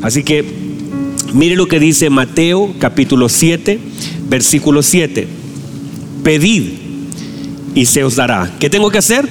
Así que mire lo que dice Mateo capítulo 7, versículo 7. Pedid y se os dará. ¿Qué tengo que hacer?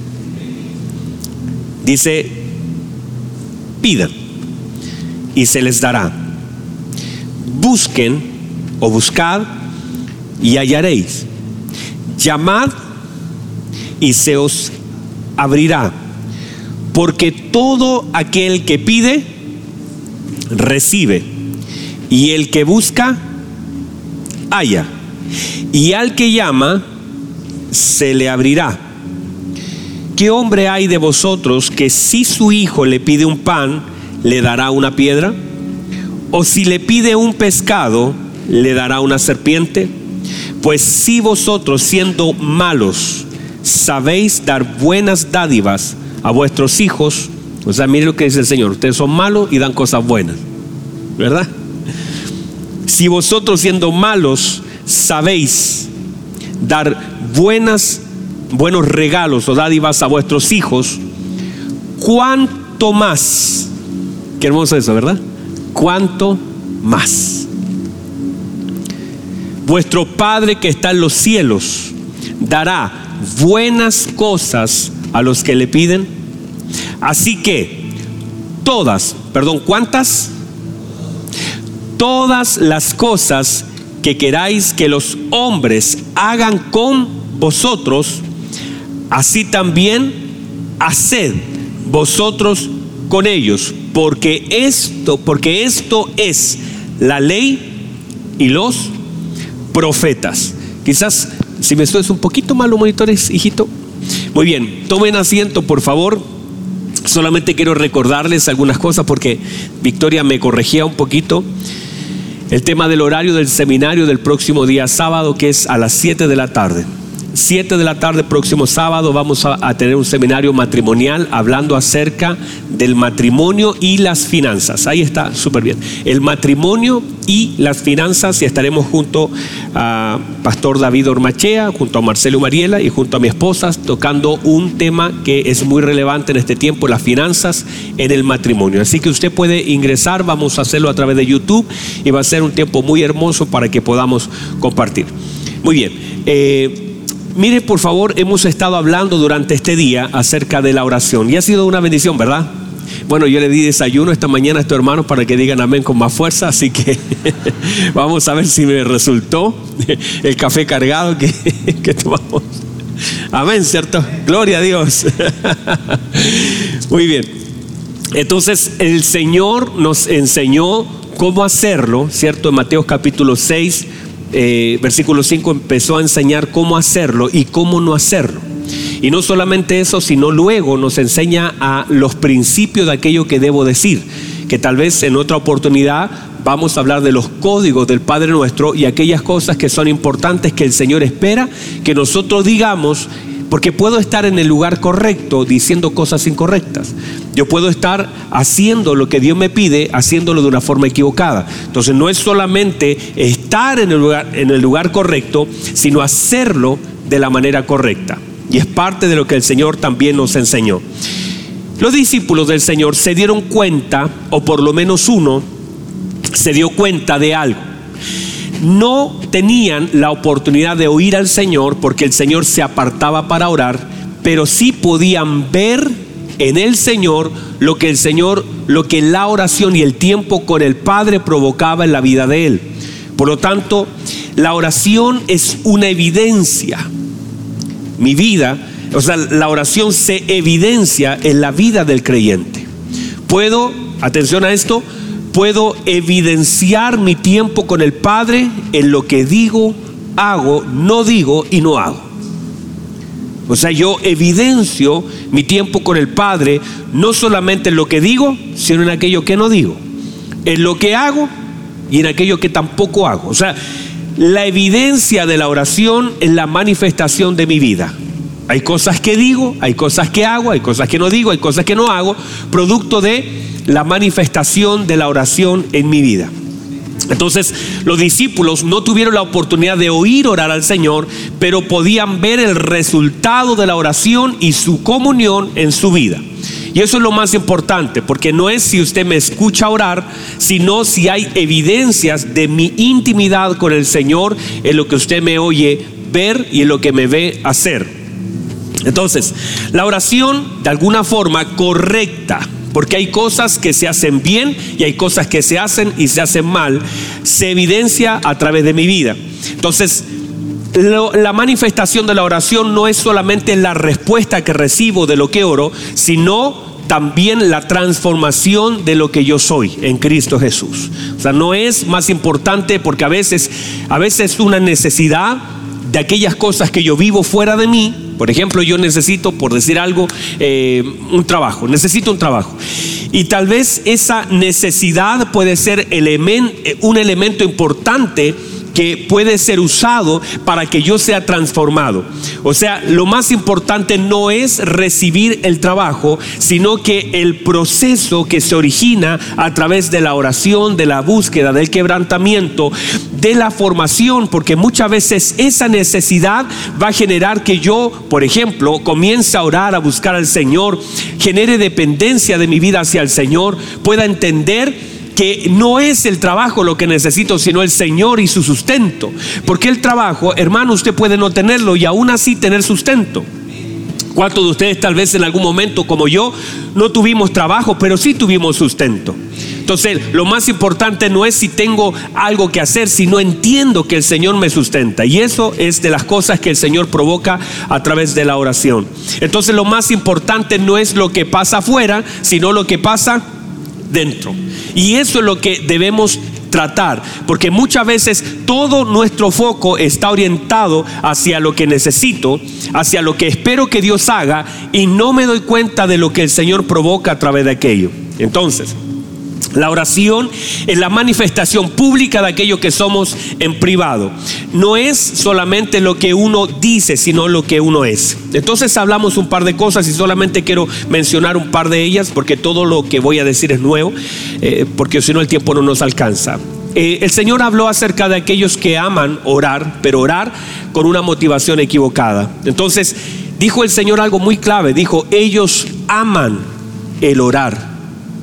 Dice, pidan y se les dará. Busquen o buscad y hallaréis. Llamad y se os abrirá. Porque todo aquel que pide, recibe. Y el que busca, halla. Y al que llama, se le abrirá. ¿Qué hombre hay de vosotros que si su hijo le pide un pan, le dará una piedra? ¿O si le pide un pescado, le dará una serpiente? Pues si vosotros, siendo malos, sabéis dar buenas dádivas a vuestros hijos, o sea, mire lo que dice el Señor, ustedes son malos y dan cosas buenas, ¿verdad? Si vosotros, siendo malos, sabéis dar buenos regalos o dádivas a vuestros hijos, ¿cuánto más? Qué hermoso eso, ¿verdad? ¿Cuánto más? Vuestro Padre que está en los cielos dará buenas cosas a los que le piden. Así que ¿cuántas? Todas las cosas que queráis que los hombres hagan con vosotros, así también haced vosotros con ellos, porque esto es la ley y los profetas. Quizás si me estoy un poquito mal los monitores, hijito. Muy bien, tomen asiento por favor. Solamente quiero recordarles algunas cosas porque Victoria me corregía un poquito. El tema del horario del seminario del próximo día sábado, que es a las 7 de la tarde. 7 de la tarde próximo sábado vamos a tener un seminario matrimonial hablando acerca del matrimonio y las finanzas. Ahí está, súper bien. El matrimonio y las finanzas, y estaremos junto a Pastor David Ormachea, junto a Marcelo Mariela y junto a mi esposa, tocando un tema que es muy relevante en este tiempo, las finanzas en el matrimonio. Así que usted puede ingresar, vamos a hacerlo a través de YouTube y va a ser un tiempo muy hermoso para que podamos compartir. Muy bien. Mire, por favor, hemos estado hablando durante este día acerca de la oración y ha sido una bendición, ¿verdad? Bueno, yo le di desayuno esta mañana a estos hermanos para que digan amén con más fuerza, así que vamos a ver si me resultó el café cargado que tomamos. Amén, ¿cierto? Gloria a Dios. Muy bien. Entonces, el Señor nos enseñó cómo hacerlo, ¿cierto? En Mateo capítulo 6, versículo 5 empezó a enseñar cómo hacerlo y cómo no hacerlo. Y no solamente eso, sino luego nos enseña a los principios de aquello que debo decir, que tal vez en otra oportunidad vamos a hablar de los códigos del Padre Nuestro y aquellas cosas que son importantes que el Señor espera que nosotros digamos, porque puedo estar en el lugar correcto diciendo cosas incorrectas. Yo puedo estar haciendo lo que Dios me pide, haciéndolo de una forma equivocada. Entonces no es solamente estar en el lugar correcto, sino hacerlo de la manera correcta. Y es parte de lo que el Señor también nos enseñó. Los discípulos del Señor se dieron cuenta, o por lo menos uno se dio cuenta de algo. No tenían la oportunidad de oír al Señor porque el Señor se apartaba para orar, pero sí podían ver en el Señor lo que la oración y el tiempo con el Padre provocaba en la vida de él. Por lo tanto, la oración es una evidencia. La oración se evidencia en la vida del creyente. Atención a esto, puedo evidenciar mi tiempo con el Padre en lo que digo, hago, no digo y no hago. O sea, yo evidencio mi tiempo con el Padre no solamente en lo que digo, sino en aquello que no digo, en lo que hago y en aquello que tampoco hago. O sea, la evidencia de la oración es la manifestación de mi vida. Hay cosas que digo, hay cosas que hago, hay cosas que no digo, hay cosas que no hago, producto de la manifestación de la oración en mi vida. Entonces, los discípulos no tuvieron la oportunidad de oír orar al Señor, pero podían ver el resultado de la oración y su comunión en su vida. Y eso es lo más importante, porque no es si usted me escucha orar, sino si hay evidencias de mi intimidad con el Señor en lo que usted me oye ver y en lo que me ve hacer. Entonces, la oración de alguna forma correcta, porque hay cosas que se hacen bien y hay cosas que se hacen y se hacen mal, se evidencia a través de mi vida. Entonces, la manifestación de la oración no es solamente la respuesta que recibo de lo que oro, sino también la transformación de lo que yo soy en Cristo Jesús. O sea, no es más importante, porque a veces una necesidad de aquellas cosas que yo vivo fuera de mí. Por ejemplo, yo necesito, por decir algo, necesito un trabajo. Y tal vez esa necesidad puede ser un elemento importante que puede ser usado para que yo sea transformado. O sea, lo más importante no es recibir el trabajo, sino que el proceso que se origina a través de la oración, de la búsqueda, del quebrantamiento, de la formación, porque muchas veces esa necesidad va a generar que yo, por ejemplo, comience a orar, a buscar al Señor, genere dependencia de mi vida hacia el Señor, pueda entender que no es el trabajo lo que necesito, sino el Señor y su sustento. Porque el trabajo, hermano, usted puede no tenerlo y aún así tener sustento. ¿Cuántos de ustedes tal vez en algún momento, como yo, no tuvimos trabajo, pero sí tuvimos sustento? Entonces, lo más importante no es si tengo algo que hacer, sino entiendo que el Señor me sustenta. Y eso es de las cosas que el Señor provoca a través de la oración. Entonces, lo más importante no es lo que pasa afuera, sino lo que pasa dentro. Y eso es lo que debemos tratar, porque muchas veces todo nuestro foco está orientado hacia lo que necesito, hacia lo que espero que Dios haga, y no me doy cuenta de lo que el Señor provoca a través de aquello. Entonces, la oración es la manifestación pública de aquello que somos en privado. No es solamente lo que uno dice, sino lo que uno es. Entonces hablamos un par de cosas y solamente quiero mencionar un par de ellas, porque todo lo que voy a decir es nuevo, porque si no el tiempo no nos alcanza. El Señor habló acerca de aquellos que aman orar, pero orar con una motivación equivocada. Entonces dijo el Señor algo muy clave, dijo: ellos aman el orar.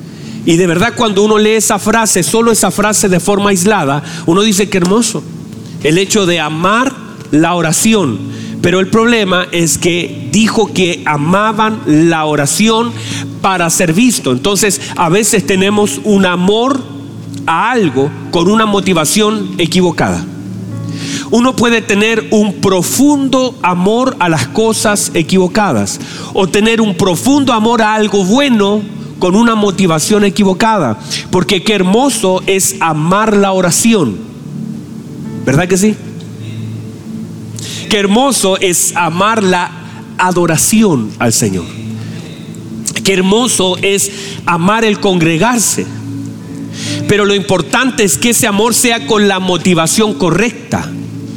Y de verdad, cuando uno lee esa frase, solo esa frase de forma aislada, uno dice: qué hermoso el hecho de amar la oración. Pero el problema es que dijo que amaban la oración para ser visto. Entonces a veces tenemos un amor a algo con una motivación equivocada. Uno puede tener un profundo amor a las cosas equivocadas, o tener un profundo amor a algo bueno con una motivación equivocada. Porque qué hermoso es amar la oración, ¿verdad que sí? Qué hermoso es amar la adoración al Señor. Qué hermoso es amar el congregarse. Pero lo importante es que ese amor sea con la motivación correcta.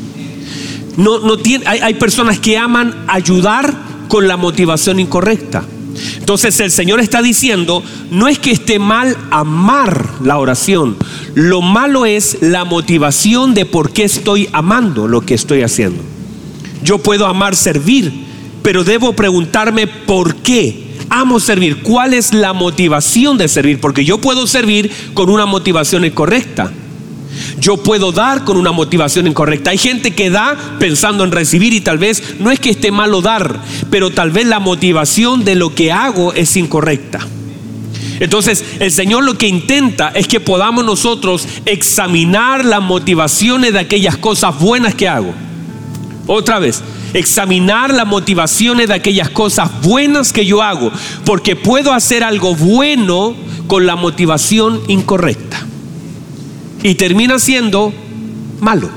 Hay personas que aman ayudar con la motivación incorrecta. Entonces el Señor está diciendo: no es que esté mal amar la oración, lo malo es la motivación de por qué estoy amando lo que estoy haciendo. Yo puedo amar servir, pero debo preguntarme por qué amo servir. ¿Cuál es la motivación de servir? Porque yo puedo servir con una motivación incorrecta. Yo puedo dar con una motivación incorrecta. Hay gente que da pensando en recibir, y tal vez no es que esté malo dar, pero tal vez la motivación de lo que hago es incorrecta. Entonces el Señor lo que intenta es que podamos nosotros examinar las motivaciones de aquellas cosas buenas que hago. Otra vez, examinar las motivaciones de aquellas cosas buenas que yo hago, porque puedo hacer algo bueno con la motivación incorrecta y termina siendo malo.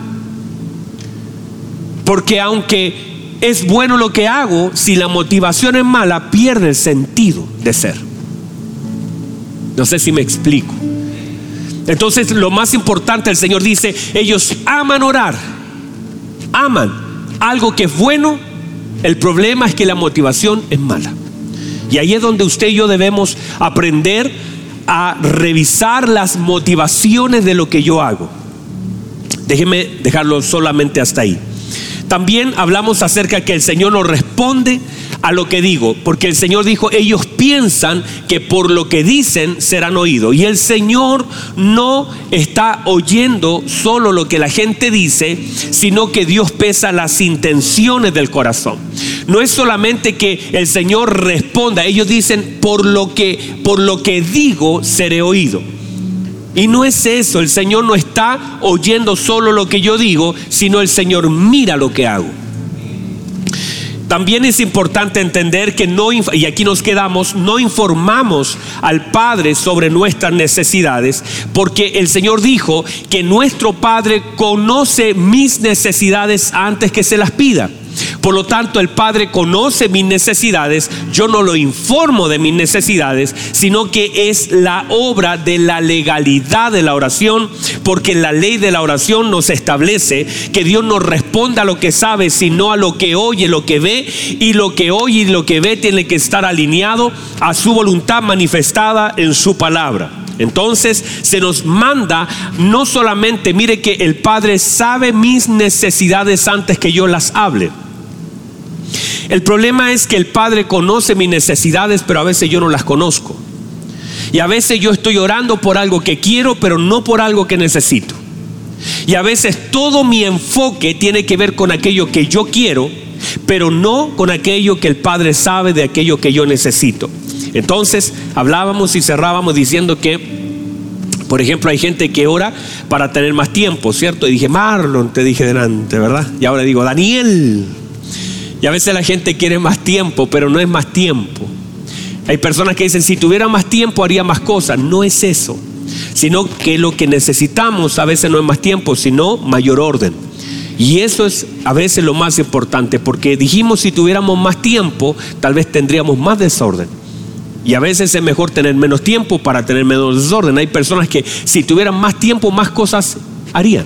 Porque aunque es bueno lo que hago, si la motivación es mala, pierde el sentido de ser. No sé si me explico. Entonces lo más importante, el Señor dice: ellos aman orar, aman algo que es bueno. El problema es que la motivación es mala. Y ahí es donde usted y yo debemos aprender a revisar las motivaciones de lo que yo hago. Déjeme dejarlo solamente hasta ahí. También hablamos acerca que el Señor nos responde a lo que digo, porque el Señor dijo, ellos piensan que por lo que dicen serán oídos. Y el Señor no está oyendo solo lo que la gente dice, sino que Dios pesa las intenciones del corazón. No es solamente que el Señor responda, ellos dicen, por lo que digo seré oído. Y no es eso, el Señor no está oyendo solo lo que yo digo, sino el Señor mira lo que hago. También es importante entender que y aquí nos quedamos, no informamos al Padre sobre nuestras necesidades, porque el Señor dijo que nuestro Padre conoce mis necesidades antes que se las pida. Por lo tanto, el Padre conoce mis necesidades. Yo no lo informo de mis necesidades, sino que es la obra de la legalidad de la oración, porque la ley de la oración nos establece que Dios no responde a lo que sabe, sino a lo que oye, lo que ve, y lo que oye y lo que ve tiene que estar alineado a su voluntad manifestada en su palabra. Entonces se nos manda no solamente, mire que el Padre sabe mis necesidades antes que yo las hable. El problema es que el Padre conoce mis necesidades, pero a veces yo no las conozco. Y a veces yo estoy orando por algo que quiero, pero no por algo que necesito. Y a veces todo mi enfoque tiene que ver con aquello que yo quiero, pero no con aquello que el Padre sabe de aquello que yo necesito. Entonces hablábamos y cerrábamos diciendo que, por ejemplo, hay gente que ora para tener más tiempo, ¿cierto? Y dije, Marlon, te dije delante, ¿verdad? Y ahora digo, Daniel. Y a veces la gente quiere más tiempo, pero no es más tiempo. Hay personas que dicen, si tuviera más tiempo haría más cosas. No es eso, sino que lo que necesitamos a veces no es más tiempo, sino mayor orden. Y eso es a veces lo más importante, porque dijimos, si tuviéramos más tiempo, tal vez tendríamos más desorden. Y a veces es mejor tener menos tiempo para tener menos desorden. Hay personas que si tuvieran más tiempo, más cosas harían.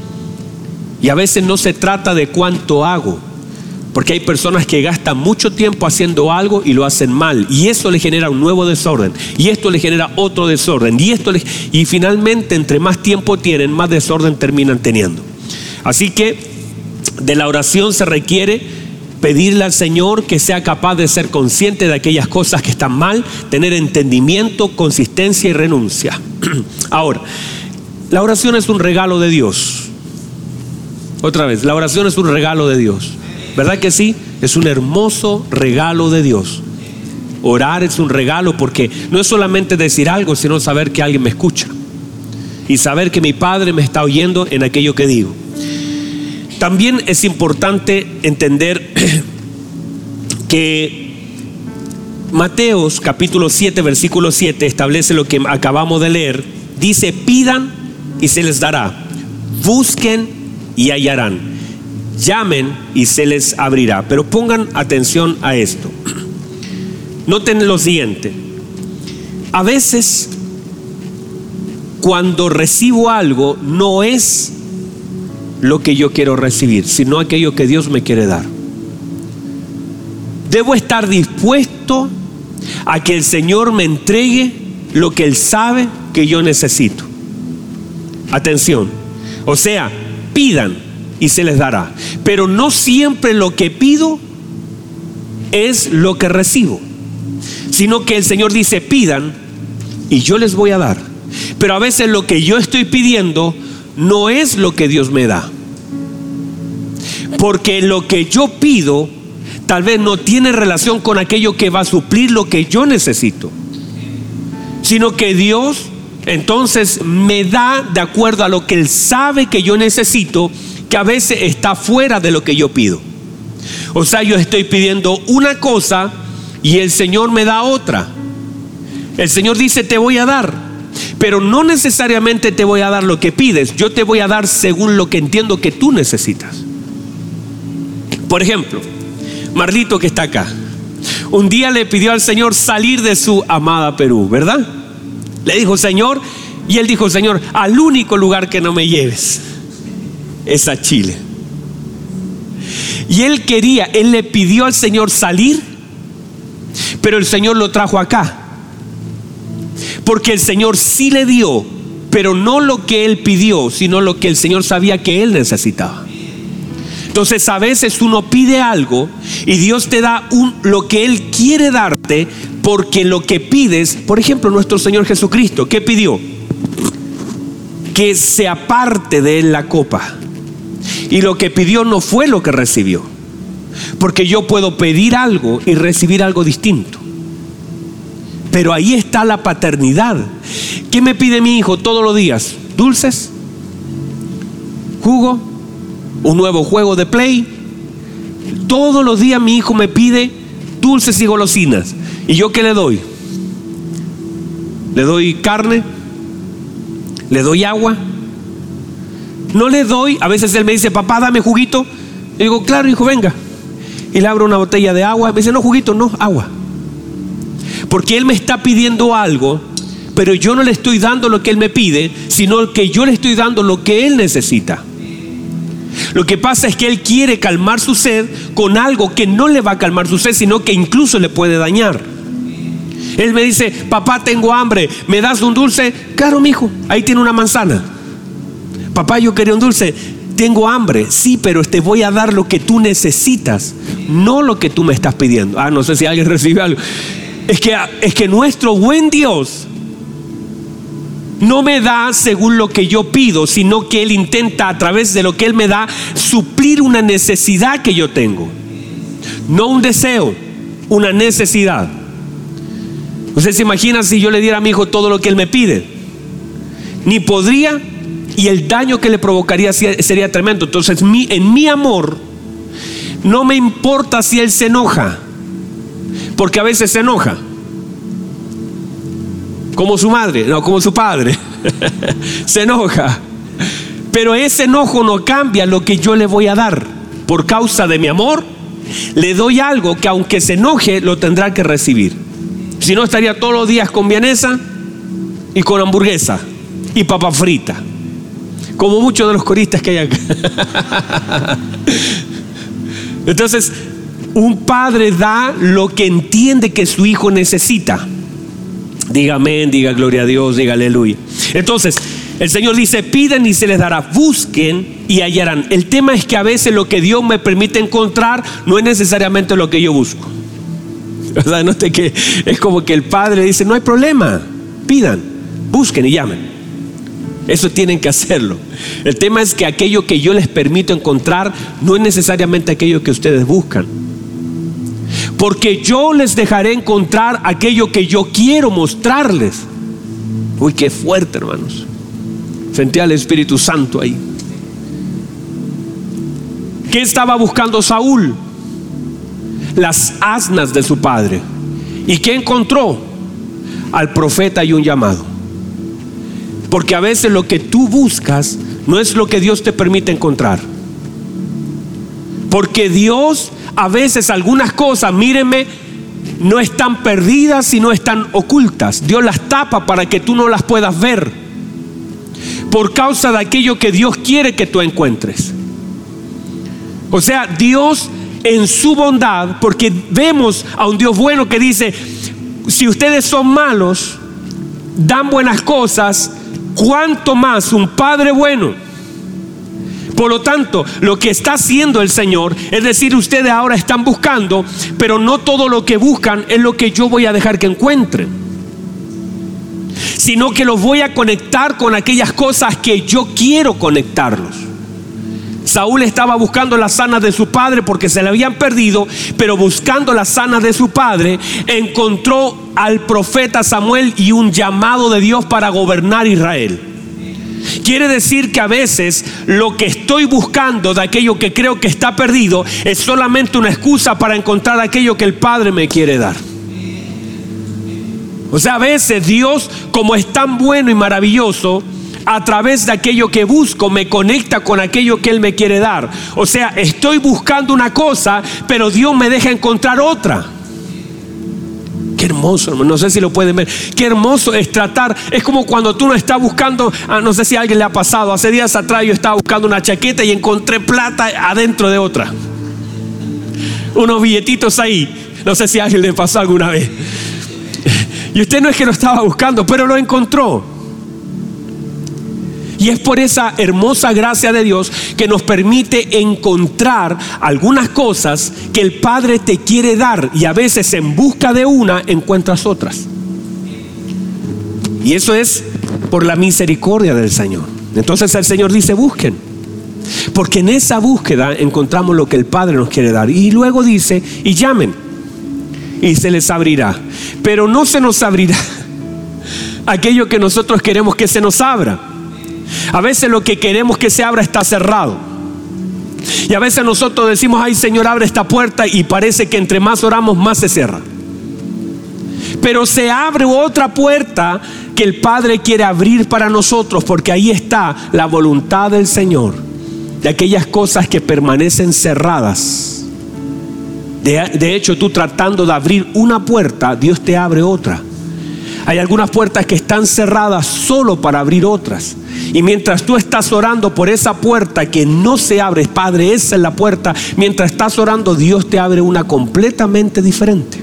Y a veces no se trata de cuánto hago, porque hay personas que gastan mucho tiempo haciendo algo y lo hacen mal, y eso le genera un nuevo desorden, y esto le genera otro desorden, y finalmente entre más tiempo tienen, más desorden terminan teniendo. Así que de la oración se requiere pedirle al Señor que sea capaz de ser consciente de aquellas cosas que están mal, tener entendimiento, consistencia y renuncia. Ahora, la oración es un regalo de Dios. Otra vez, la oración es un regalo de Dios. ¿Verdad que sí? Es un hermoso regalo de Dios. Orar es un regalo, porque no es solamente decir algo, sino saber que alguien me escucha y saber que mi Padre me está oyendo en aquello que digo. También es importante entender que Mateos capítulo 7 versículo 7 establece lo que acabamos de leer. Dice, pidan y se les dará, busquen y hallarán, llamen y se les abrirá. Pero pongan atención a esto. Noten lo siguiente. A veces cuando recibo algo no es lo que yo quiero recibir, sino aquello que Dios me quiere dar. Debo estar dispuesto a que el Señor me entregue lo que Él sabe que yo necesito. Atención, o sea, pidan y se les dará, pero no siempre lo que pido es lo que recibo, sino que el Señor dice, pidan y yo les voy a dar. Pero a veces lo que yo estoy pidiendo no es lo que Dios me da, porque lo que yo pido tal vez no tiene relación con aquello que va a suplir lo que yo necesito, sino que Dios entonces me da de acuerdo a lo que Él sabe que yo necesito, que a veces está fuera de lo que yo pido. O sea, yo estoy pidiendo una cosa y el Señor me da otra. El Señor dice, te voy a dar, pero no necesariamente te voy a dar lo que pides. Yo te voy a dar según lo que entiendo que tú necesitas. Por ejemplo, Marlito, que está acá, un día le pidió al Señor salir de su amada Perú, ¿verdad? Le dijo, Señor, y él dijo, Señor, al único lugar que no me lleves es a Chile. Y él le pidió al Señor salir, pero el Señor lo trajo acá, porque el Señor sí le dio, pero no lo que él pidió, sino lo que el Señor sabía que él necesitaba. Entonces a veces uno pide algo y Dios te da lo que Él quiere darte, porque lo que pides, por ejemplo, nuestro Señor Jesucristo, ¿qué pidió? Que se aparte de Él la copa. Y lo que pidió no fue lo que recibió, porque yo puedo pedir algo y recibir algo distinto. Pero ahí está la paternidad. ¿Qué me pide mi hijo todos los días? ¿Dulces? ¿Jugo? ¿Un nuevo juego de Play? Todos los días mi hijo me pide dulces y golosinas. ¿Y yo qué le doy? ¿Le doy carne? ¿Le doy agua? No le doy. A veces él me dice: papá, dame juguito. Y digo: claro, hijo, venga. Y le abro una botella de agua. Me dice: no, juguito, no, agua. Porque él me está pidiendo algo, pero yo no le estoy dando lo que él me pide, sino que yo le estoy dando lo que él necesita. Lo que pasa es que él quiere calmar su sed con algo que no le va a calmar su sed, sino que incluso le puede dañar. Él me dice: papá, tengo hambre, ¿me das un dulce? Claro, mijo, ahí tiene una manzana. Papá, yo quería un dulce. Tengo hambre, sí, pero te voy a dar lo que tú necesitas, no lo que tú me estás pidiendo. No sé si alguien recibe algo. Es que nuestro buen Dios no me da según lo que yo pido, sino que Él intenta, a través de lo que Él me da, suplir una necesidad que yo tengo. No un deseo, una necesidad. ¿Usted se imagina si yo le diera a mi hijo todo lo que él me pide? Ni podría, y el daño que le provocaría sería tremendo. Entonces en mi amor no me importa si él se enoja, porque a veces se enoja, como su madre, no, como su padre. Se enoja, pero ese enojo no cambia lo que yo le voy a dar. Por causa de mi amor, le doy algo que, aunque se enoje, lo tendrá que recibir. Si no, estaría todos los días con vienesa y con hamburguesa y papa frita, como muchos de los coristas que hay acá. Entonces, un padre da lo que entiende que su hijo necesita. Diga amén, diga gloria a Dios, diga aleluya. Entonces, el Señor dice: piden y se les dará, busquen y hallarán. El tema es que a veces lo que Dios me permite encontrar no es necesariamente lo que yo busco. O sea, note que es como que el padre dice: no hay problema, pidan, busquen y llamen. Eso tienen que hacerlo. El tema es que aquello que yo les permito encontrar no es necesariamente aquello que ustedes buscan, porque yo les dejaré encontrar aquello que yo quiero mostrarles. Uy, qué fuerte, hermanos. Sentía el Espíritu Santo ahí. ¿Qué estaba buscando Saúl? Las asnas de su padre. ¿Y qué encontró? Al profeta y un llamado. Porque a veces lo que tú buscas no es lo que Dios te permite encontrar. Porque Dios, a veces algunas cosas, mírenme, no están perdidas, sino están ocultas. Dios las tapa para que tú no las puedas ver, por causa de aquello que Dios quiere que tú encuentres. O sea, Dios en su bondad, porque vemos a un Dios bueno que dice: si ustedes son malos, dan buenas cosas, ¿cuánto más un Padre bueno? Por lo tanto, lo que está haciendo el Señor es decir: ustedes ahora están buscando, pero no todo lo que buscan es lo que yo voy a dejar que encuentren, sino que los voy a conectar con aquellas cosas que yo quiero conectarlos. Saúl estaba buscando las sanas de su padre porque se le habían perdido, pero buscando las sanas de su padre encontró al profeta Samuel y un llamado de Dios para gobernar Israel. Quiere decir que a veces lo que estoy buscando de aquello que creo que está perdido es solamente una excusa para encontrar aquello que el Padre me quiere dar. O sea, a veces Dios, como es tan bueno y maravilloso, a través de aquello que busco me conecta con aquello que Él me quiere dar. O sea, estoy buscando una cosa, pero Dios me deja encontrar otra. Qué hermoso, hermano. No sé si lo pueden ver. Qué hermoso es tratar. Es como cuando tú no estás buscando, no sé si a alguien le ha pasado. Hace días atrás yo estaba buscando una chaqueta y encontré plata adentro de otra. Unos billetitos ahí. No sé si a alguien le pasó alguna vez. Y usted no es que lo estaba buscando, pero lo encontró. Y es por esa hermosa gracia de Dios que nos permite encontrar algunas cosas que el Padre te quiere dar, y a veces en busca de una encuentras otras. Y eso es por la misericordia del Señor. Entonces el Señor dice: busquen, porque en esa búsqueda encontramos lo que el Padre nos quiere dar. Y luego dice: y llamen, y se les abrirá. Pero no se nos abrirá aquello que nosotros queremos que se nos abra. A veces lo que queremos que se abra está cerrado. Y a veces nosotros decimos: ay, Señor, abre esta puerta, y parece que entre más oramos, más se cierra. Pero se abre otra puerta que el Padre quiere abrir para nosotros, porque ahí está la voluntad del Señor, de aquellas cosas que permanecen cerradas. De hecho, tú tratando de abrir una puerta, Dios te abre otra. Hay algunas puertas que están cerradas solo para abrir otras. Y mientras tú estás orando por esa puerta que no se abre, Padre, esa es la puerta. Mientras estás orando, Dios te abre una completamente diferente.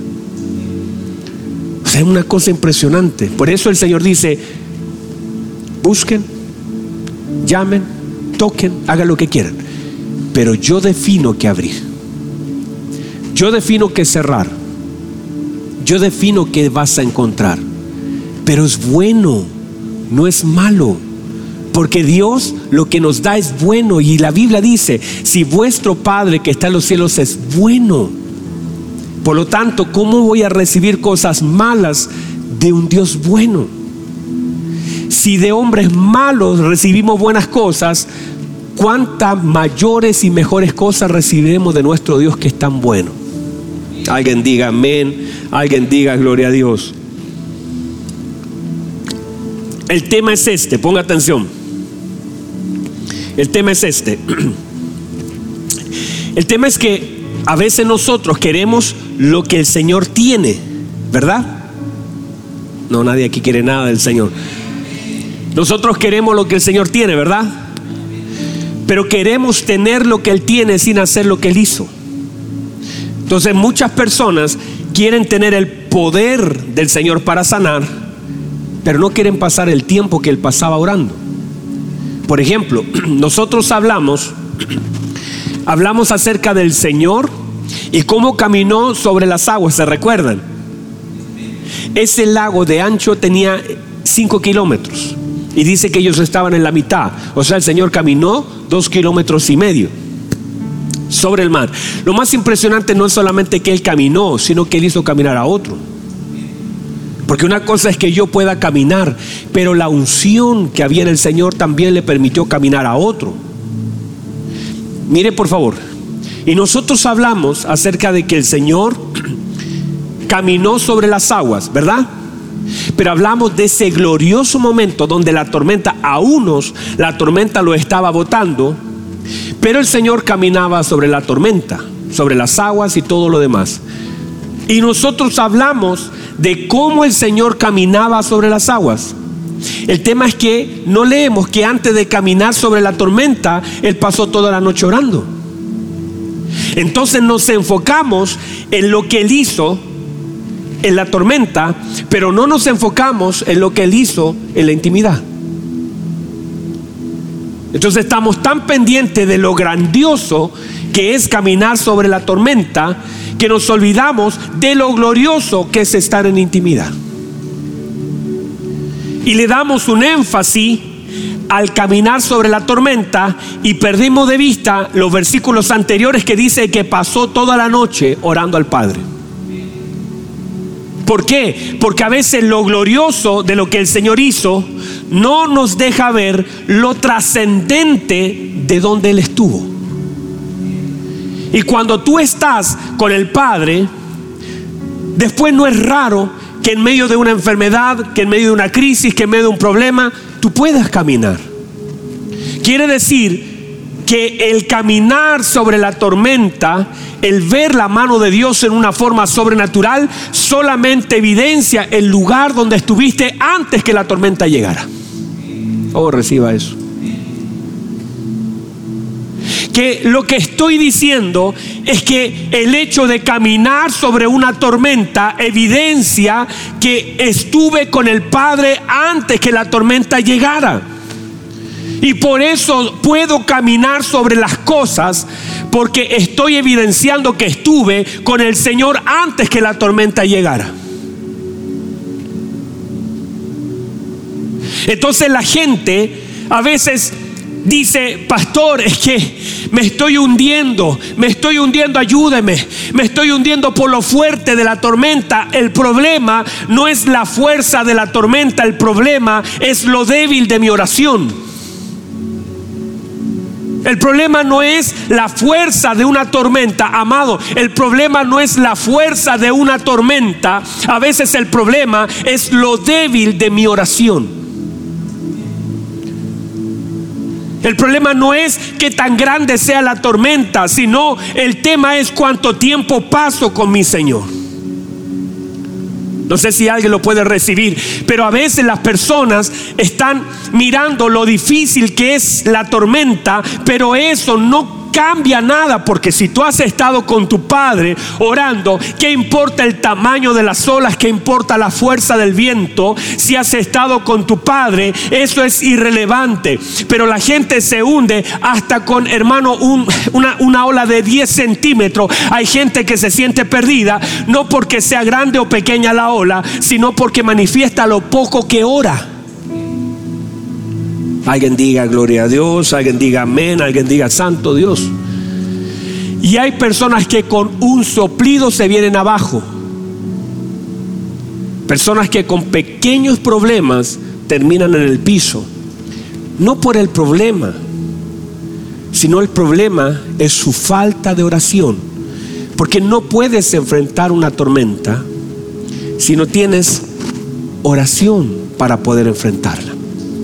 O sea, es una cosa impresionante. Por eso el Señor dice: busquen, llamen, toquen, hagan lo que quieran. Pero yo defino qué abrir. Yo defino qué cerrar. Yo defino qué vas a encontrar. Pero es bueno, no es malo. Porque Dios lo que nos da es bueno. Y la Biblia dice: si vuestro Padre que está en los cielos es bueno, por lo tanto, ¿cómo voy a recibir cosas malas de un Dios bueno? Si de hombres malos recibimos buenas cosas, ¿cuántas mayores y mejores cosas recibiremos de nuestro Dios que es tan bueno? Alguien diga amén, alguien diga gloria a Dios. El tema es este, ponga atención. El tema es este. El tema es que a veces nosotros queremos lo que el Señor tiene, ¿verdad? No, nadie aquí quiere nada del Señor. Nosotros queremos lo que el Señor tiene, ¿verdad? Pero queremos tener lo que Él tiene sin hacer lo que Él hizo. Entonces muchas personas quieren tener el poder del Señor para sanar, pero no quieren pasar el tiempo que Él pasaba orando. Por ejemplo, nosotros hablamos acerca del Señor y cómo caminó sobre las aguas, ¿se recuerdan? Ese lago de ancho tenía 5 kilómetros y dice que ellos estaban en la mitad. O sea, el Señor caminó 2,5 kilómetros sobre el mar. Lo más impresionante no es solamente que Él caminó, sino que Él hizo caminar a otro. Porque una cosa es que yo pueda caminar, pero la unción que había en el Señor también le permitió caminar a otro. Mire por favor, y nosotros hablamos acerca de que el Señor caminó sobre las aguas, ¿verdad? Pero hablamos de ese glorioso momento donde la tormenta, a unos la tormenta lo estaba botando, pero el Señor caminaba sobre la tormenta, sobre las aguas y todo lo demás. Y nosotros hablamos de cómo el Señor caminaba sobre las aguas. El tema es que no leemos que antes de caminar sobre la tormenta, Él pasó toda la noche orando. Entonces nos enfocamos en lo que Él hizo en la tormenta, pero no nos enfocamos en lo que Él hizo en la intimidad. Entonces estamos tan pendientes de lo grandioso que es caminar sobre la tormenta, que nos olvidamos de lo glorioso que es estar en intimidad. Y le damos un énfasis al caminar sobre la tormenta y perdimos de vista los versículos anteriores que dice que pasó toda la noche orando al Padre. ¿Por qué? Porque a veces lo glorioso de lo que el Señor hizo no nos deja ver lo trascendente de donde Él estuvo. Y cuando tú estás con el Padre, después no es raro que en medio de una enfermedad, que en medio de una crisis, que en medio de un problema, tú puedas caminar. Quiere decir que el caminar sobre la tormenta, el ver la mano de Dios en una forma sobrenatural, solamente evidencia el lugar donde estuviste antes que la tormenta llegara. Oh, reciba eso. Que lo que estoy diciendo es que el hecho de caminar sobre una tormenta evidencia que estuve con el Padre antes que la tormenta llegara. Y por eso puedo caminar sobre las cosas, porque estoy evidenciando que estuve con el Señor antes que la tormenta llegara. Entonces la gente a veces dice: pastor, es que me estoy hundiendo, ayúdeme, me estoy hundiendo por lo fuerte de la tormenta. El problema no es la fuerza de la tormenta, el problema es lo débil de mi oración. El problema no es la fuerza de una tormenta, amado. El problema no es la fuerza de una tormenta. A veces el problema es lo débil de mi oración. El problema no es que tan grande sea la tormenta, sino el tema es cuánto tiempo paso con mi Señor. No sé si alguien lo puede recibir, pero a veces las personas están mirando lo difícil que es la tormenta, pero eso no cambia nada, porque si tú has estado con tu Padre orando, ¿qué importa el tamaño de las olas? ¿Qué importa la fuerza del viento? Si has estado con tu Padre, eso es irrelevante. Pero la gente se hunde hasta con, hermano, una ola de 10 centímetros. Hay gente que se siente perdida, no porque sea grande o pequeña la ola, sino porque manifiesta lo poco que ora. Alguien diga gloria a Dios, alguien diga amén, alguien diga santo Dios. Y hay personas que con un soplido se vienen abajo. Personas que con pequeños problemas terminan en el piso. No por el problema, sino el problema es su falta de oración. Porque no puedes enfrentar una tormenta si no tienes oración para poder enfrentarla.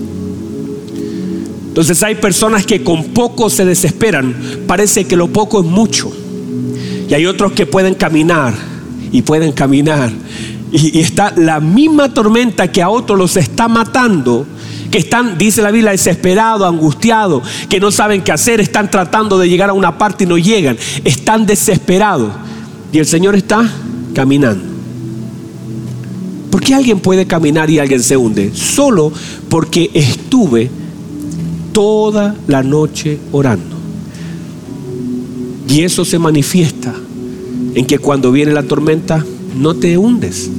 Entonces hay personas que con poco se desesperan. Parece que lo poco es mucho. Y hay otros que pueden caminar y pueden caminar. Y está la misma tormenta que a otros los está matando, que están, dice la Biblia, desesperados, angustiados, que no saben qué hacer, están tratando de llegar a una parte y no llegan. Están desesperados. Y el Señor está caminando. ¿Por qué alguien puede caminar y alguien se hunde? Solo porque estuve toda la noche orando. Y eso se manifiesta en que cuando viene la tormenta no te hundes.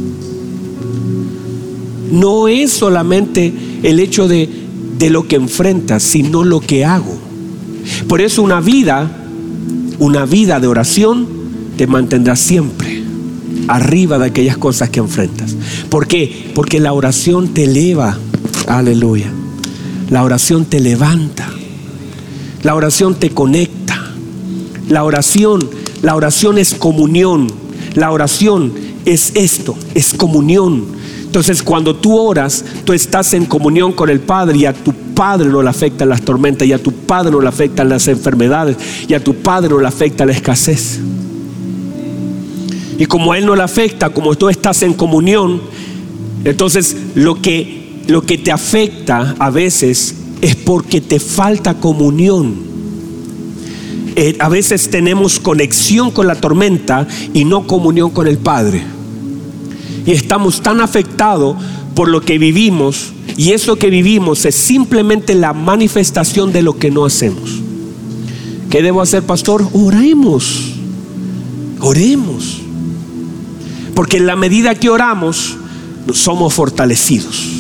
No es solamente el hecho de lo que enfrentas, sino lo que hago. Por eso una vida de oración te mantendrá siempre arriba de aquellas cosas que enfrentas. ¿Por qué? Porque la oración te eleva. Aleluya. La oración te levanta. La oración te conecta. La oración es comunión. La oración es esto, es comunión. Entonces cuando tú oras, tú estás en comunión con el Padre, y a tu Padre no le afectan las tormentas, y a tu Padre no le afectan las enfermedades, y a tu Padre no le afecta la escasez. Y como a Él no le afecta, como tú estás en comunión, entonces lo que te afecta a veces es porque te falta comunión. A veces tenemos conexión con la tormenta y no comunión con el Padre. Y estamos tan afectados por lo que vivimos, y eso que vivimos es simplemente la manifestación de lo que no hacemos. ¿Qué debo hacer, pastor? Oremos. Porque en la medida que oramos, somos fortalecidos.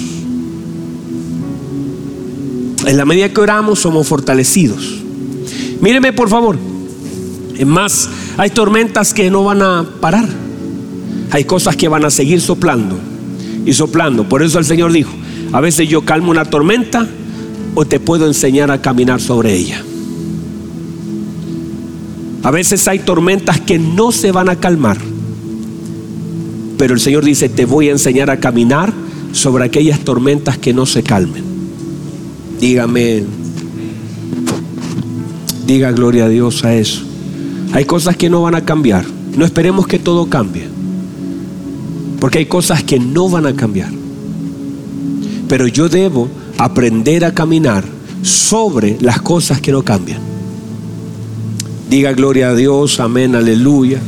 En la medida que oramos, somos fortalecidos. Míreme por favor. Es más, hay tormentas que no van a parar. Hay cosas que van a seguir soplando y soplando. Por eso el Señor dijo: a veces yo calmo una tormenta, o te puedo enseñar a caminar sobre ella. A veces hay tormentas que no se van a calmar, pero el Señor dice: te voy a enseñar a caminar sobre aquellas tormentas que no se calmen. Dígame, diga gloria a Dios a eso. Hay cosas que no van a cambiar. No esperemos que todo cambie, porque hay cosas que no van a cambiar. Pero yo debo aprender a caminar sobre las cosas que no cambian. Diga gloria a Dios, amén, aleluya.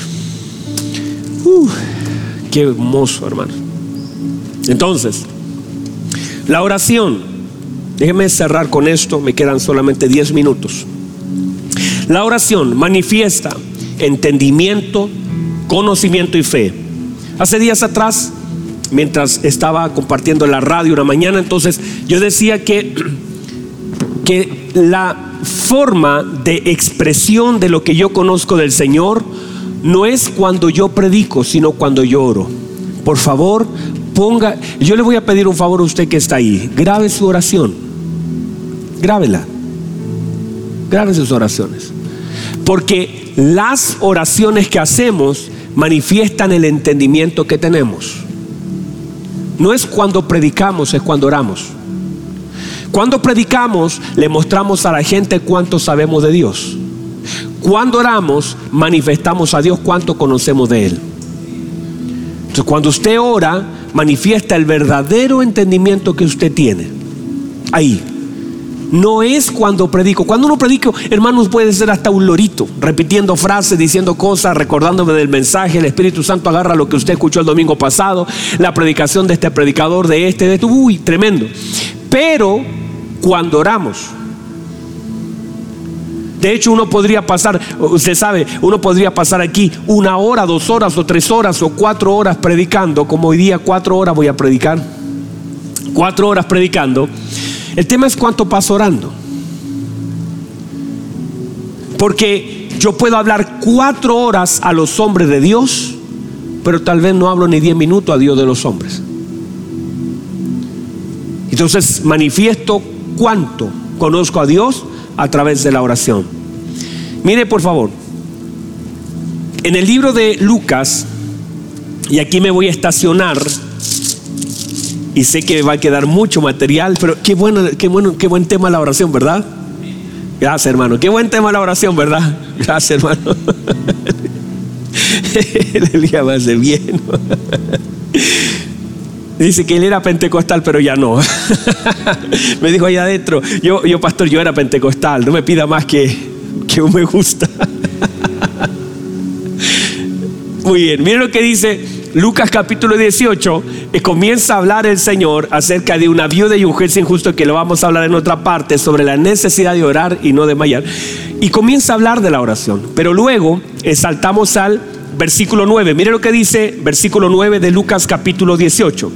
Qué hermoso, hermano. Entonces, la oración Déjeme cerrar con esto, me quedan solamente 10 minutos. La oración manifiesta entendimiento, conocimiento y fe. Hace días atrás, mientras estaba compartiendo la radio una mañana, entonces yo decía que la forma de expresión de lo que yo conozco del Señor no es cuando yo predico, sino cuando yo oro. Por favor, yo le voy a pedir un favor a usted que está ahí. Grabe su oración. Grábela. Grabe sus oraciones. Porque las oraciones que hacemos manifiestan el entendimiento que tenemos. No es cuando predicamos, es cuando oramos. Cuando predicamos, le mostramos a la gente cuánto sabemos de Dios. Cuando oramos, manifestamos a Dios cuánto conocemos de Él. Entonces, cuando usted ora, manifiesta el verdadero entendimiento que usted tiene. Ahí. No es cuando predico. Cuando uno predica, hermanos, puede ser hasta un lorito, repitiendo frases, diciendo cosas, recordándome del mensaje. El Espíritu Santo agarra lo que usted escuchó el domingo pasado, la predicación de este predicador, de este, uy, tremendo. Pero cuando oramos, de hecho uno podría pasar, usted sabe, uno podría pasar aquí 1 hora, 2 horas o 3 horas o 4 horas predicando, como hoy día 4 horas voy a predicar, 4 horas predicando. El tema es cuánto paso orando. Porque yo puedo hablar 4 horas a los hombres de Dios, pero tal vez no hablo ni 10 minutos a Dios de los hombres. Entonces manifiesto cuánto conozco a Dios a través de la oración. Mire por favor, en el libro de Lucas, y aquí me voy a estacionar, y sé que va a quedar mucho material, pero qué buen tema la oración, ¿verdad? Gracias, hermano. Qué buen tema la oración, ¿verdad? Gracias, hermano. El día va a ser bien. Dice que él era pentecostal, pero ya no. Me dijo allá adentro, yo pastor, yo era pentecostal, no me pida más que un me gusta. Muy bien, miren lo que dice Lucas capítulo 18. Comienza a hablar el Señor acerca de una viuda y un juez injusto, que lo vamos a hablar en otra parte, sobre la necesidad de orar y no desmayar. Y comienza a hablar de la oración, pero luego saltamos al versículo 9. Mire lo que dice versículo 9 de Lucas capítulo 18.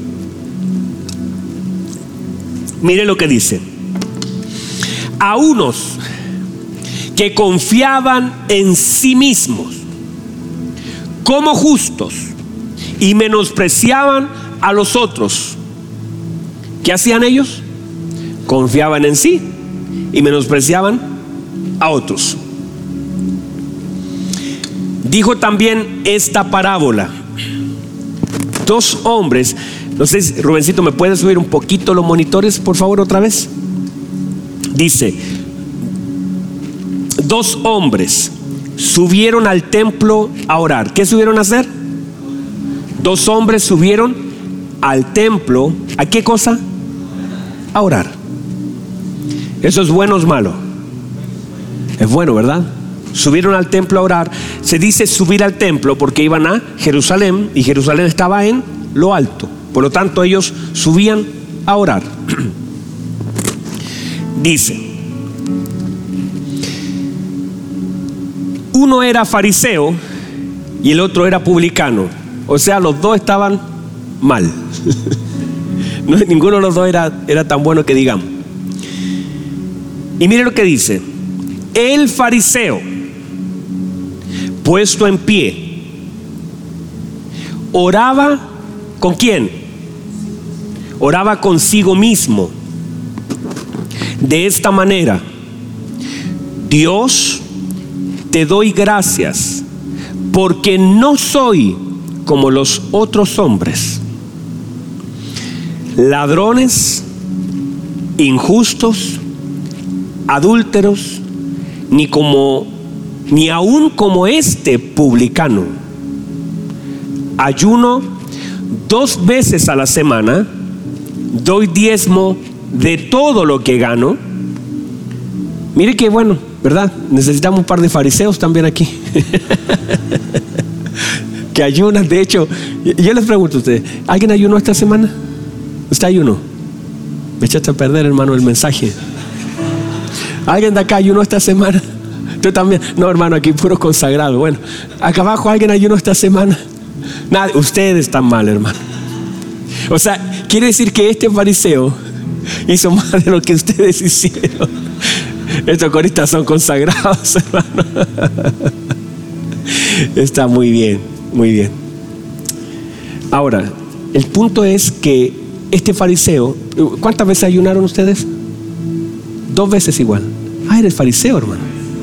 Mire lo que dice: a unos que confiaban en sí mismos como justos y menospreciaban a los otros, ¿qué hacían ellos? Confiaban en sí y menospreciaban a otros. Dijo también esta parábola: 2 hombres, no sé si Rubencito me puede subir un poquito los monitores por favor otra vez. Dice: 2 hombres subieron al templo a orar. ¿Qué subieron a hacer? 2 hombres subieron al templo. ¿A qué cosa? A orar. ¿Eso es bueno o es malo? Es bueno, ¿verdad? Subieron al templo a orar. Se dice subir al templo porque iban a Jerusalén, y Jerusalén estaba en lo alto. Por lo tanto, ellos subían a orar. Dice: uno era fariseo y el otro era publicano. O sea, los dos estaban mal. No, ninguno de los dos era tan bueno que digamos. Y mire lo que dice: el fariseo, puesto en pie, oraba ¿con quién? Oraba consigo mismo de esta manera: Dios, te doy gracias porque no soy como los otros hombres, ladrones, injustos, adúlteros, ni aún como este publicano. Ayuno 2 veces a la semana, doy diezmo de todo lo que gano. Mire qué bueno, ¿verdad? Necesitamos un par de fariseos también aquí. Que ayunan. De hecho, yo les pregunto a ustedes: ¿alguien ayunó esta semana? ¿Usted ayunó? Me echaste a perder, hermano, el mensaje. ¿Alguien de acá ayunó esta semana? Tú también. No, hermano, aquí puro consagrado. Bueno, acá abajo alguien ayunó esta semana. Nadie. Ustedes están mal, hermano. O sea, quiere decir que este fariseo hizo más de lo que ustedes hicieron. Estos coristas son consagrados, hermano. Está muy bien, muy bien. Ahora, el punto es que este fariseo, ¿cuántas veces ayunaron ustedes? 2 veces igual. Ah, eres fariseo, hermano.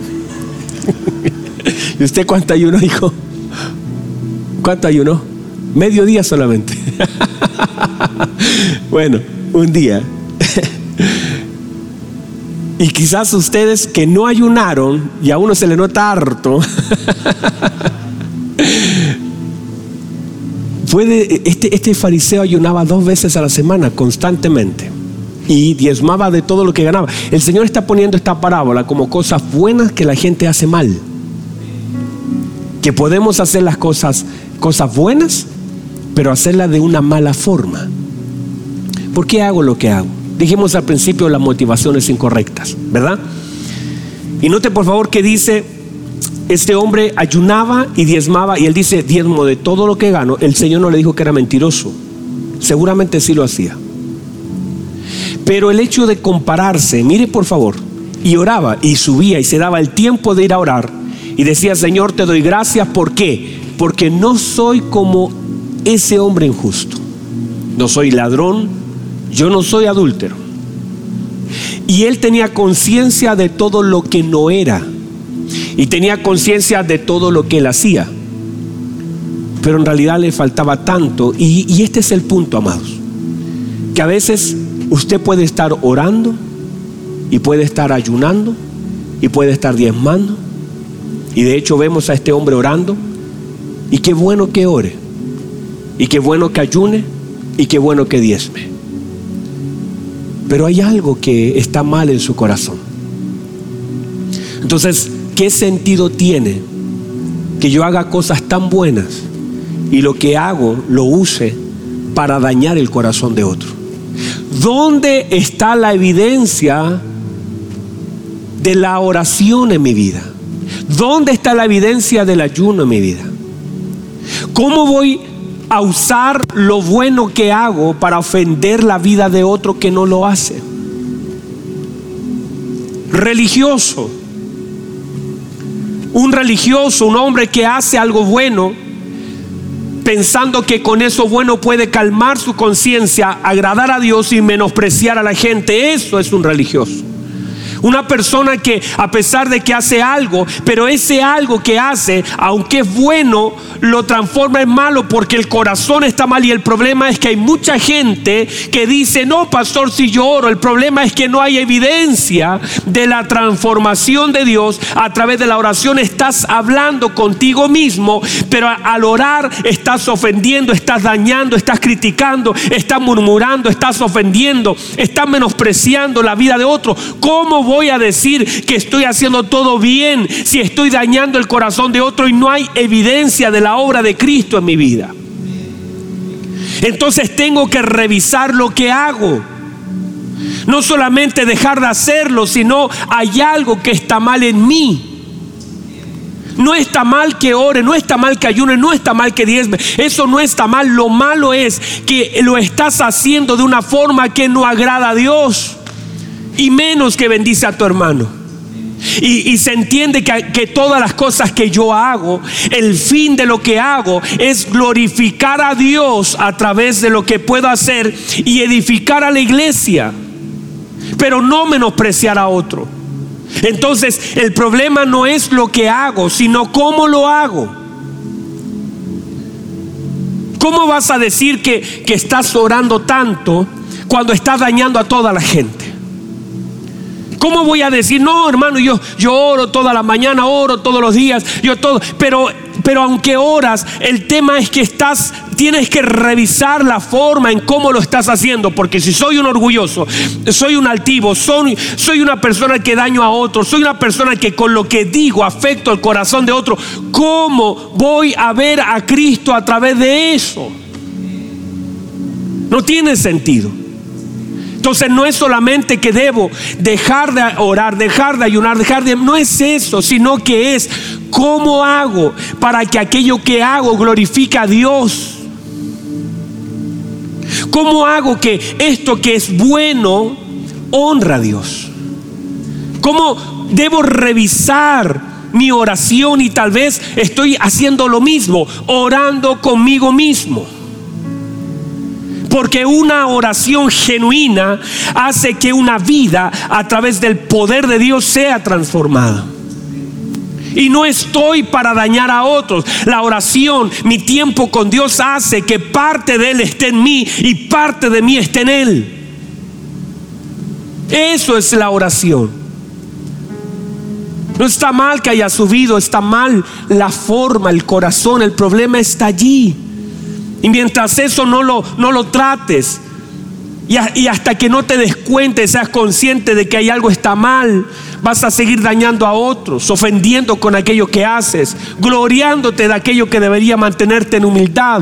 ¿Y usted cuánto ayunó, hijo? ¿Cuánto ayunó? Medio día solamente. Bueno, un día. Y quizás ustedes que no ayunaron, y a uno se le nota harto. Este fariseo ayunaba 2 veces a la semana constantemente y diezmaba de todo lo que ganaba. El Señor está poniendo esta parábola como cosas buenas que la gente hace mal, que podemos hacer las cosas buenas, pero hacerlas de una mala forma. ¿Por qué hago lo que hago? Dijimos al principio las motivaciones incorrectas, ¿verdad? Y note por favor que dice: este hombre ayunaba y diezmaba, y él dice diezmo de todo lo que gano. El Señor no le dijo que era mentiroso, seguramente sí lo hacía, pero el hecho de compararse, mire por favor, y oraba y subía y se daba el tiempo de ir a orar y decía: Señor, te doy gracias. ¿Por qué? Porque no soy como ese hombre injusto, no soy ladrón, yo no soy adúltero. Y él tenía conciencia de todo lo que no era, y tenía conciencia de todo lo que él hacía, pero en realidad le faltaba tanto. Y este es el punto, amados, que a veces usted puede estar orando y puede estar ayunando y puede estar diezmando, y de hecho vemos a este hombre orando, y qué bueno que ore, y qué bueno que ayune, y qué bueno que diezme, pero hay algo que está mal en su corazón. Entonces, ¿qué sentido tiene que yo haga cosas tan buenas y lo que hago lo use para dañar el corazón de otro? ¿Dónde está la evidencia de la oración en mi vida? ¿Dónde está la evidencia del ayuno en mi vida? ¿Cómo voy a usar lo bueno que hago para ofender la vida de otro que no lo hace? Religioso. Un religioso, un hombre que hace algo bueno, pensando que con eso bueno puede calmar su conciencia, agradar a Dios y menospreciar a la gente. Eso es un religioso. Una persona que, a pesar de que hace algo, pero ese algo que hace, aunque es bueno, lo transforma en malo porque el corazón está mal. Y el problema es que hay mucha gente que dice: no, pastor, si yo oro. El problema es que no hay evidencia de la transformación de Dios a través de la oración. Estás hablando contigo mismo, pero al orar estás ofendiendo, estás dañando, estás criticando, estás murmurando, estás ofendiendo, estás menospreciando la vida de otro. ¿Cómo voy a decir que estoy haciendo todo bien si estoy dañando el corazón de otro y no hay evidencia de la obra de Cristo en mi vida? Entonces tengo que revisar lo que hago. No solamente dejar de hacerlo, sino hay algo que está mal en mí. No está mal que ore, no está mal que ayune, no está mal que diezme. Eso no está mal. Lo malo es que lo estás haciendo de una forma que no agrada a Dios, y menos que bendice a tu hermano. Y se entiende que todas las cosas que yo hago, el fin de lo que hago es glorificar a Dios a través de lo que puedo hacer y edificar a la iglesia, pero no menospreciar a otro. Entonces el problema no es lo que hago, sino cómo lo hago. ¿Cómo vas a decir que estás orando tanto cuando estás dañando a toda la gente? ¿Cómo voy a decir: no, hermano, yo oro toda la mañana, oro todos los días, pero aunque oras, el tema es que tienes que revisar la forma en cómo lo estás haciendo? Porque si soy un orgulloso, soy un altivo, soy una persona que daño a otros, soy una persona que con lo que digo afecto el corazón de otro, ¿cómo voy a ver a Cristo a través de eso? No tiene sentido. Entonces no es solamente que debo dejar de orar, dejar de ayunar, no es eso, sino que es cómo hago para que aquello que hago glorifique a Dios. ¿Cómo hago que esto que es bueno honra a Dios? ¿Cómo debo revisar mi oración? Y tal vez estoy haciendo lo mismo, orando conmigo mismo. Porque una oración genuina hace que una vida a través del poder de Dios sea transformada. Y no estoy para dañar a otros. La oración, mi tiempo con Dios hace que parte de Él esté en mí y parte de mí esté en Él. Eso es la oración. No está mal que haya subido, está mal la forma, el corazón. El problema está allí. Y mientras eso no lo trates, y hasta que no te des cuenta y seas consciente de que hay algo está mal, vas a seguir dañando a otros, ofendiendo con aquello que haces, gloriándote de aquello que debería mantenerte en humildad.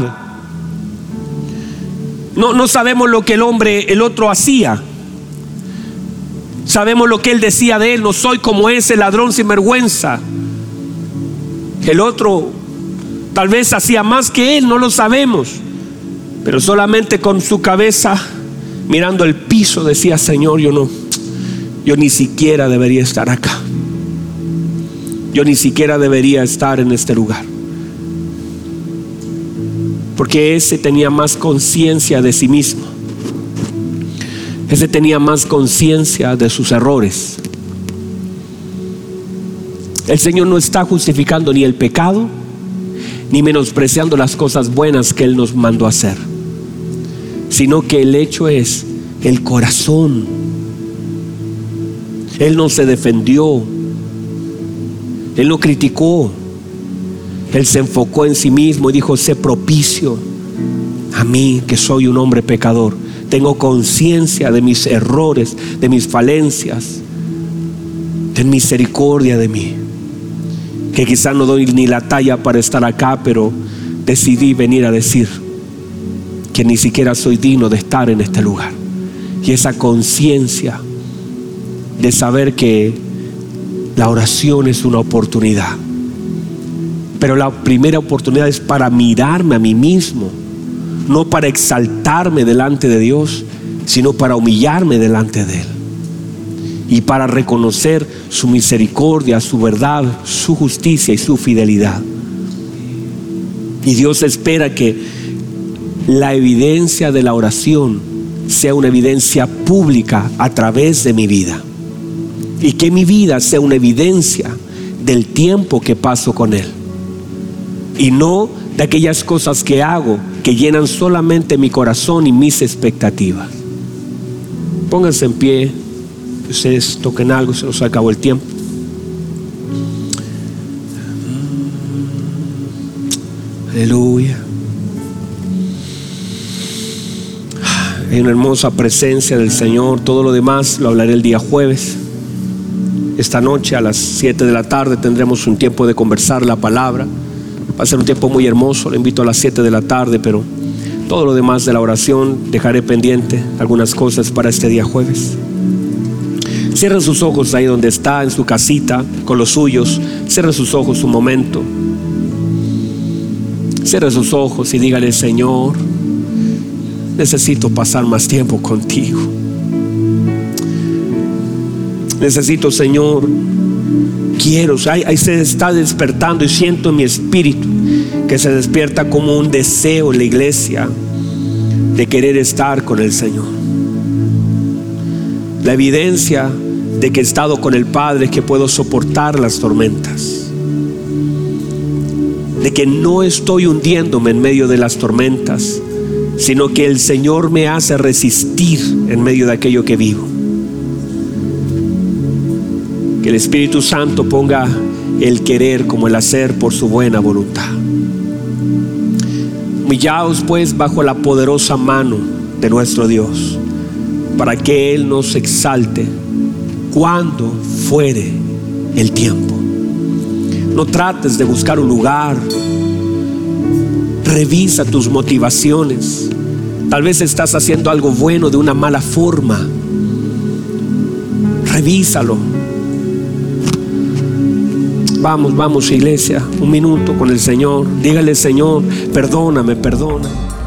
No sabemos lo que el otro hacía. Sabemos lo que él decía de él: no soy como ese ladrón sin vergüenza. El otro tal vez hacía más que él, no lo sabemos, pero solamente con su cabeza mirando el piso decía: Señor, yo ni siquiera debería estar acá. Yo ni siquiera debería estar en este lugar. Porque ese tenía más conciencia de sí mismo. Ese tenía más conciencia de sus errores. El Señor no está justificando ni el pecado, ni menospreciando las cosas buenas que Él nos mandó a hacer, sino que el hecho es el corazón. Él no se defendió, Él no criticó, Él se enfocó en sí mismo y dijo: sé propicio a mí, que soy un hombre pecador. Tengo conciencia de mis errores, de mis falencias. Ten misericordia de mí, que quizá no doy ni la talla para estar acá, pero decidí venir a decir que ni siquiera soy digno de estar en este lugar. Y esa conciencia de saber que la oración es una oportunidad, pero la primera oportunidad es para mirarme a mí mismo, no para exaltarme delante de Dios, sino para humillarme delante de Él y para reconocer su misericordia, su verdad, su justicia y su fidelidad. Y Dios espera que la evidencia de la oración sea una evidencia pública a través de mi vida, y que mi vida sea una evidencia del tiempo que paso con Él, y no de aquellas cosas que hago que llenan solamente mi corazón y mis expectativas. Pónganse en pie, ustedes toquen algo, se nos acabó el tiempo. Aleluya. Hay una hermosa presencia del Señor. Todo lo demás lo hablaré el día jueves. Esta noche a las 7 de la tarde tendremos un tiempo de conversar la palabra. Va a ser un tiempo muy hermoso. Le invito a las 7 de la tarde, pero todo lo demás de la oración dejaré pendiente algunas cosas para este día jueves. Cierren sus ojos ahí donde está, en su casita, con los suyos. Cierren sus ojos un momento. Cierre sus ojos y dígale: Señor, necesito pasar más tiempo contigo. Necesito, Señor, quiero. Ahí se está despertando, y siento en mi espíritu que se despierta como un deseo en la iglesia de querer estar con el Señor. La evidencia de que he estado con el Padre es que puedo soportar las tormentas, de que no estoy hundiéndome en medio de las tormentas, sino que el Señor me hace resistir en medio de aquello que vivo. Que el Espíritu Santo ponga el querer como el hacer por su buena voluntad. Humillaos pues bajo la poderosa mano de nuestro Dios, para que Él nos exalte cuando fuere el tiempo. No trates de buscar un lugar. Revisa tus motivaciones. Tal vez estás haciendo algo bueno de una mala forma. Revísalo. Vamos, iglesia, un minuto con el Señor. Dígale: Señor, perdóname, perdona.